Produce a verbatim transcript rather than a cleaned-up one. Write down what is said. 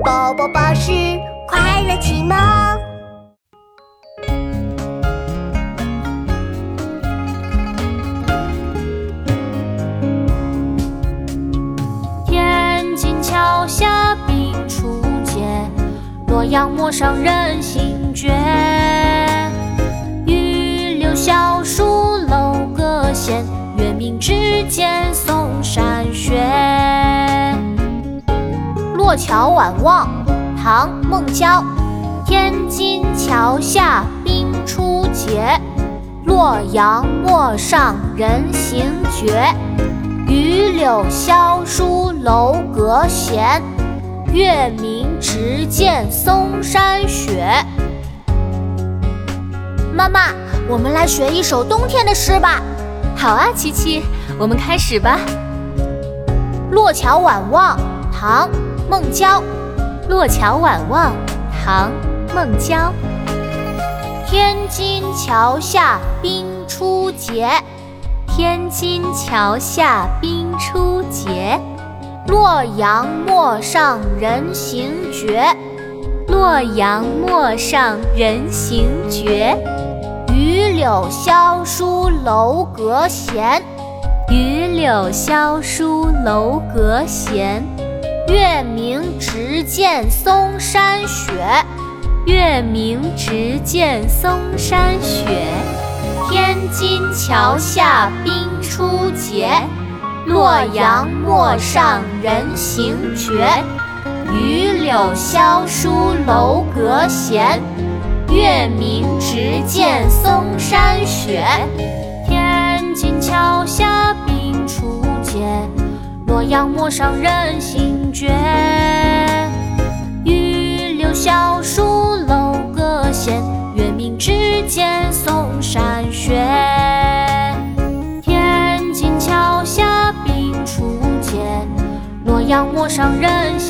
宝宝巴士快乐启蒙。 天津桥下冰初结，洛阳陌上人心觉。玉柳小树楼阁闲，月明之间嵩山雪。洛桥晚望，唐·孟郊。天津桥下冰初结，洛阳陌上人行绝。玉柳萧疏楼阁闲，月明直见嵩山雪。妈妈，我们来学一首冬天的诗吧。 好啊，琪琪，我们开始吧。 洛桥晚望，唐·孟郊。 洛桥晚望，唐·孟郊。 天津桥下冰初结， 天津桥下冰初结。 洛阳陌上人行绝， 洛阳陌上人行绝。 玉柳萧疏楼阁闲， 玉柳萧疏楼阁闲。 月明直见嵩山雪， 月明直见嵩山雪。 天津桥下冰初结，洛阳陌上人行绝。玉柳萧疏楼阁闲，月明直见嵩山雪。天津桥下冰初结，洛阳陌上人行绝。玉柳萧疏楼阁闲，月明直见嵩山雪。天津桥下冰初结，洛阳陌上人行